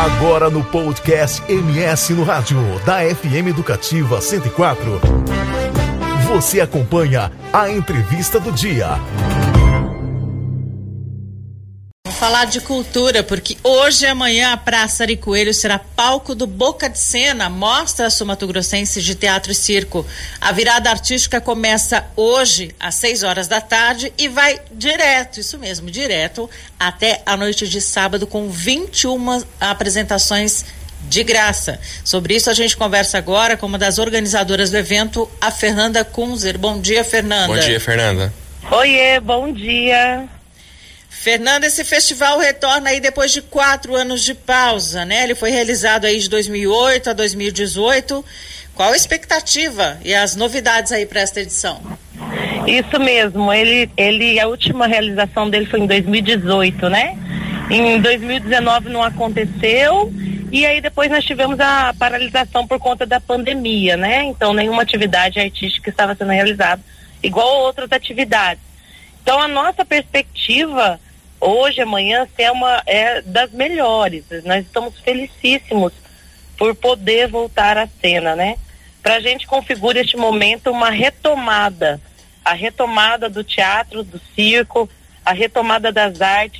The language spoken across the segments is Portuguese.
Agora no podcast MS no Rádio, da FM Educativa 104. Você acompanha a entrevista do dia. Vamos falar de cultura, porque hoje e amanhã a Praça Ari Coelho será palco do Boca de Cena, Mostra Sul-Mato-Grossense de Teatro e Circo. A virada artística começa hoje às 6 horas da tarde e vai direto, isso mesmo, direto até a noite de sábado, com 21 apresentações de graça. Sobre isso a gente conversa agora com uma das organizadoras do evento, a Fernanda Kunzer. Bom dia, Fernanda. Bom dia, Fernanda. Oiê, bom dia. Fernanda, esse festival retorna aí depois de 4 anos de pausa, né? Ele foi realizado aí de 2008 a 2018. Qual a expectativa e as novidades aí para esta edição? Isso mesmo, a última realização dele foi em 2018, né? Em 2019 não aconteceu e aí depois nós tivemos a paralisação por conta da pandemia, né? Então nenhuma atividade artística estava sendo realizada, igual outras atividades. Então a nossa perspectiva hoje, amanhã, é das melhores. Nós estamos felicíssimos por poder voltar à cena, né? Pra gente configura este momento uma retomada, a retomada do teatro, do circo, a retomada das artes,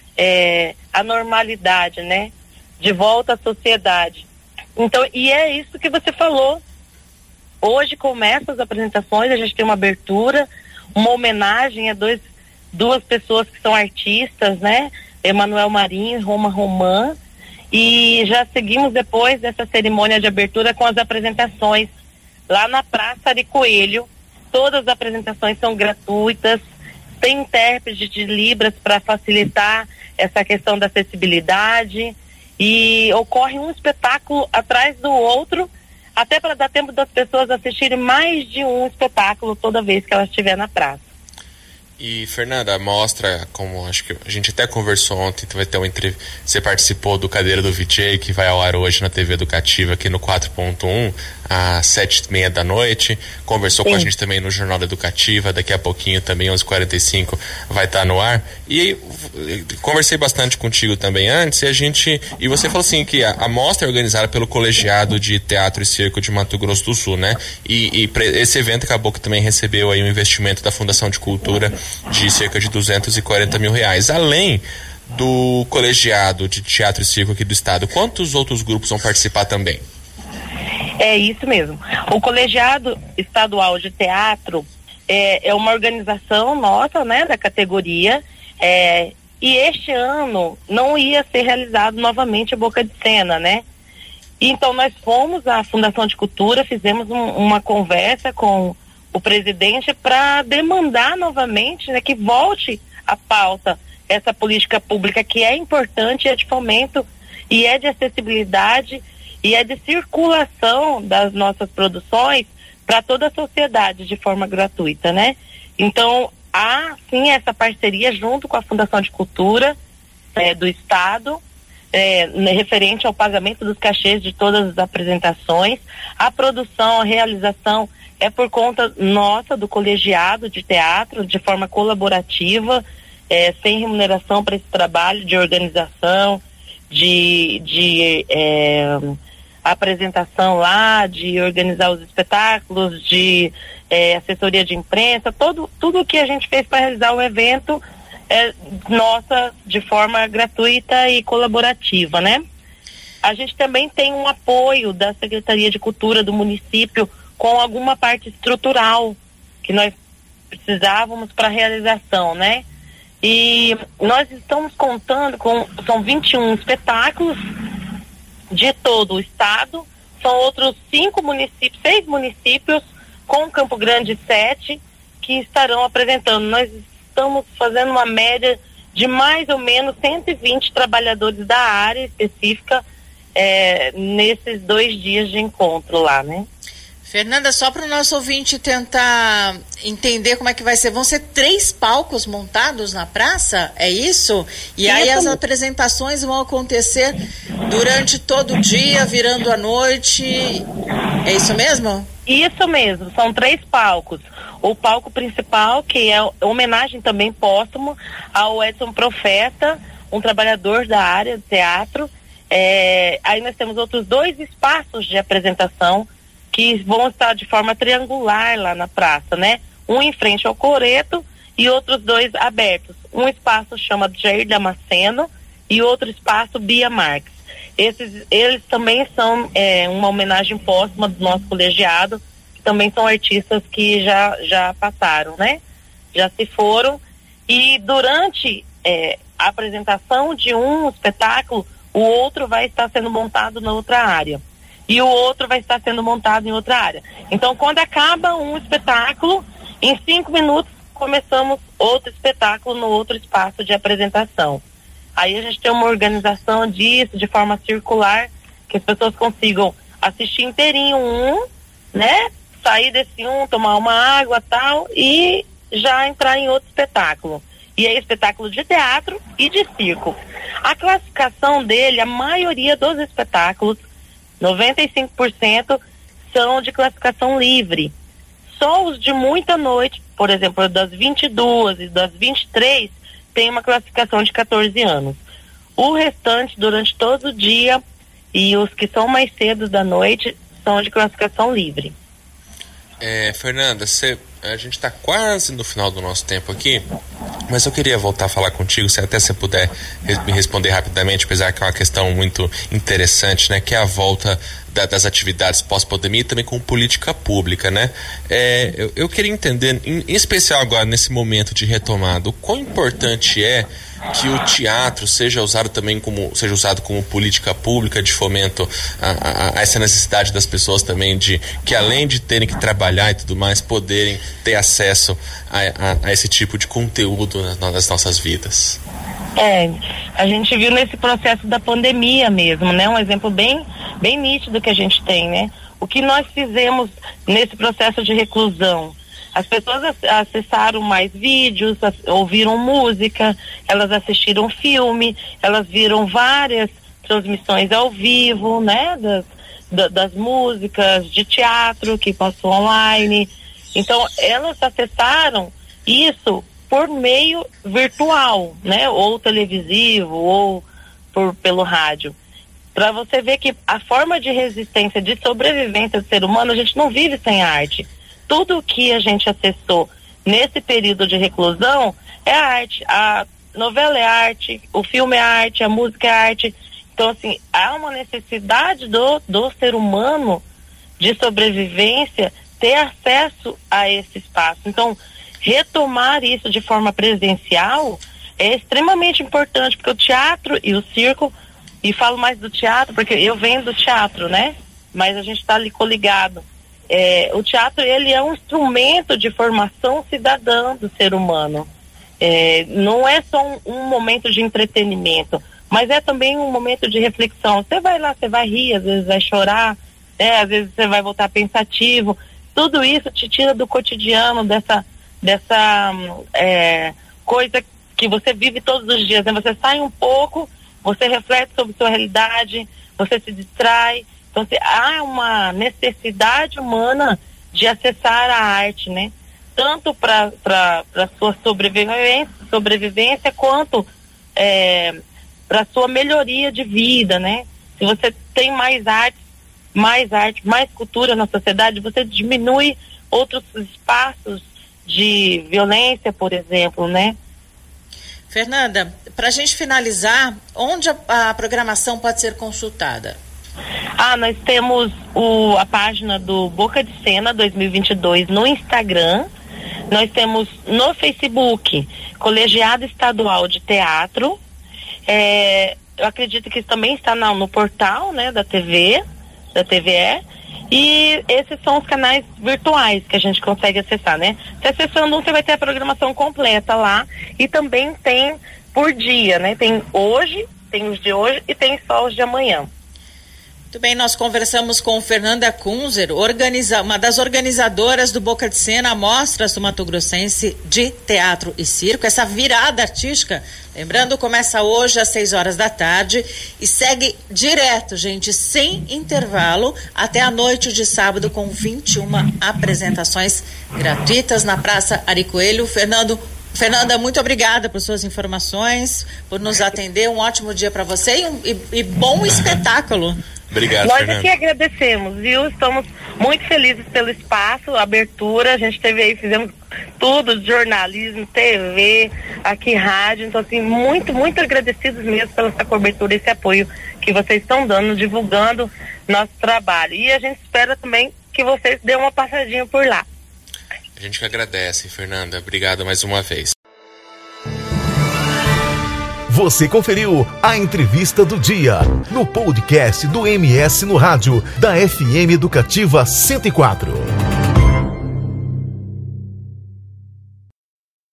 a normalidade, né? De volta à sociedade. Então, e é isso que você falou. Hoje começam as apresentações, a gente tem uma abertura, uma homenagem a duas pessoas que são artistas, né? Emanuel Marinho e Roma Romã. E já seguimos depois dessa cerimônia de abertura com as apresentações lá na Praça Ari Coelho. Todas as apresentações são gratuitas, tem intérprete de Libras para facilitar essa questão da acessibilidade e ocorre um espetáculo atrás do outro, até para dar tempo das pessoas assistirem mais de um espetáculo toda vez que elas estiver na praça. E, Fernanda, a mostra, como acho que a gente até conversou ontem, vai ter você participou do Cadeira do VJ, que vai ao ar hoje na TV Educativa, aqui no 4.1, às 7h30 da noite. Conversou com a gente também no Jornal da Educativa, daqui a pouquinho também, 11h45, vai estar no ar. E conversei bastante contigo também antes, e você falou assim, que a mostra é organizada pelo Colegiado de Teatro e Circo de Mato Grosso do Sul, né? E esse evento acabou que também recebeu aí um investimento da Fundação de Cultura de cerca de R$240 mil. Além do Colegiado de Teatro e Circo aqui do estado, quantos outros grupos vão participar também? É isso mesmo. O Colegiado Estadual de Teatro é uma organização nossa, né, da categoria, e este ano não ia ser realizado novamente a Boca de Cena, né? Então nós fomos à Fundação de Cultura, fizemos uma conversa com o presidente para demandar novamente, né, que volte à pauta essa política pública que é importante, é de fomento e é de acessibilidade e é de circulação das nossas produções para toda a sociedade de forma gratuita, né? Então há sim essa parceria junto com a Fundação de Cultura do Estado, referente ao pagamento dos cachês de todas as apresentações. A produção, a realização é por conta nossa, do Colegiado de Teatro, de forma colaborativa, sem remuneração para esse trabalho de organização, de apresentação lá, de organizar os espetáculos, de assessoria de imprensa, tudo que a gente fez para realizar o evento é nossa, de forma gratuita e colaborativa, né? A gente também tem um apoio da Secretaria de Cultura do município com alguma parte estrutural que nós precisávamos para a realização, né? E nós estamos contando são 21 espetáculos de todo o estado, são outros 6 municípios, com Campo Grande 7, que estarão apresentando. Nós estamos fazendo uma média de mais ou menos 120 trabalhadores da área específica nesses 2 dias de encontro lá, né? Fernanda, só para o nosso ouvinte tentar entender como é que vai ser, vão ser 3 palcos montados na praça, é isso? E aí as apresentações vão acontecer durante todo o dia, virando a noite, é isso mesmo? Isso mesmo, são 3 palcos. O palco principal, que é homenagem também póstumo ao Edson Profeta, um trabalhador da área de teatro, Aí nós temos outros 2 espaços de apresentação que vão estar de forma triangular lá na praça, né? Um em frente ao Coreto e outros 2 abertos. Um espaço chama Jair Damasceno e outro espaço Bia Marques. Eles também são uma homenagem póstuma do nosso colegiado, que também são artistas que já passaram, né? Já se foram. E durante a apresentação de um espetáculo, o outro vai estar sendo montado na outra área. E o outro vai estar sendo montado em outra área. Então, quando acaba um espetáculo, em 5 minutos começamos outro espetáculo no outro espaço de apresentação. Aí a gente tem uma organização disso, de forma circular, que as pessoas consigam assistir inteirinho né? Sair desse tomar uma água tal, e já entrar em outro espetáculo. E aí, espetáculo de teatro e de circo. A classificação dele, a maioria dos espetáculos, 95%, são de classificação livre. Só os de muita noite, por exemplo, das 22 e das 23, tem uma classificação de 14 anos. O restante, durante todo o dia, e os que são mais cedo da noite, são de classificação livre. Fernanda, a gente está quase no final do nosso tempo aqui, mas eu queria voltar a falar contigo, se até você puder me responder rapidamente, apesar que é uma questão muito interessante, né, que é a volta das atividades pós-pandemia e também com política pública, né? Eu queria entender, em especial agora nesse momento de retomada, o quão importante é que o teatro seja usado como política pública de fomento a essa necessidade das pessoas também de que, além de terem que trabalhar e tudo mais, poderem ter acesso a esse tipo de conteúdo nas nossas vidas. A gente viu nesse processo da pandemia mesmo, né? Um exemplo bem nítido que a gente tem, né? O que nós fizemos nesse processo de reclusão? As pessoas acessaram mais vídeos, ouviram música, elas assistiram filme, elas viram várias transmissões ao vivo, né? Das músicas, de teatro que passou online. Então, elas acessaram isso por meio virtual, né? Ou televisivo, ou pelo rádio. Para você ver que a forma de resistência, de sobrevivência do ser humano, a gente não vive sem arte. Tudo que a gente acessou nesse período de reclusão é arte. A novela é arte, o filme é arte, a música é arte. Então, assim, há uma necessidade do ser humano de sobrevivência ter acesso a esse espaço. Então, retomar isso de forma presencial é extremamente importante, porque o teatro e o circo, e falo mais do teatro porque eu venho do teatro, né? Mas a gente está ali coligado. O teatro, ele é um instrumento de formação cidadã do ser humano. Não é só um momento de entretenimento, mas é também um momento de reflexão. Você vai lá, você vai rir, às vezes vai chorar, às vezes você vai voltar pensativo. Tudo isso te tira do cotidiano, dessa coisa que você vive todos os dias, né? Você sai um pouco, você reflete sobre sua realidade, você se distrai. Então, há uma necessidade humana de acessar a arte, né? Tanto para sua sobrevivência quanto para sua melhoria de vida, né? Se você tem mais arte, mais cultura na sociedade, você diminui outros espaços de violência, por exemplo, né? Fernanda, para a gente finalizar, onde a programação pode ser consultada? Nós temos a página do Boca de Cena 2022 no Instagram. Nós temos no Facebook Colegiado Estadual de Teatro. Eu acredito que isso também está no portal, né, da TVE. E esses são os canais virtuais que a gente consegue acessar, né? Você acessando você vai ter a programação completa lá. E também tem por dia, né? Tem os de hoje e tem só os de amanhã. Muito bem, nós conversamos com Fernanda Kunzer, uma das organizadoras do Boca de Cena, a Mostra Sul-Mato-Grossense de Teatro e Circo. Essa virada artística, lembrando, começa hoje às 6 horas da tarde e segue direto, gente, sem intervalo, até a noite de sábado, com 21 apresentações gratuitas na Praça Ari Coelho. Fernando, Fernanda, muito obrigada por suas informações, por nos atender. Um ótimo dia para você e bom espetáculo. Obrigado, Nós Fernanda. aqui agradecemos, viu? Estamos muito felizes pelo espaço, a abertura. A gente fizemos tudo de jornalismo, TV, aqui rádio. Então, assim, muito, muito agradecidos mesmo pela essa cobertura, esse apoio que vocês estão dando, divulgando nosso trabalho. E a gente espera também que vocês dêem uma passadinha por lá. A gente que agradece, Fernanda. Obrigado mais uma vez. Você conferiu a entrevista do dia no podcast do MS no Rádio da FM Educativa 104.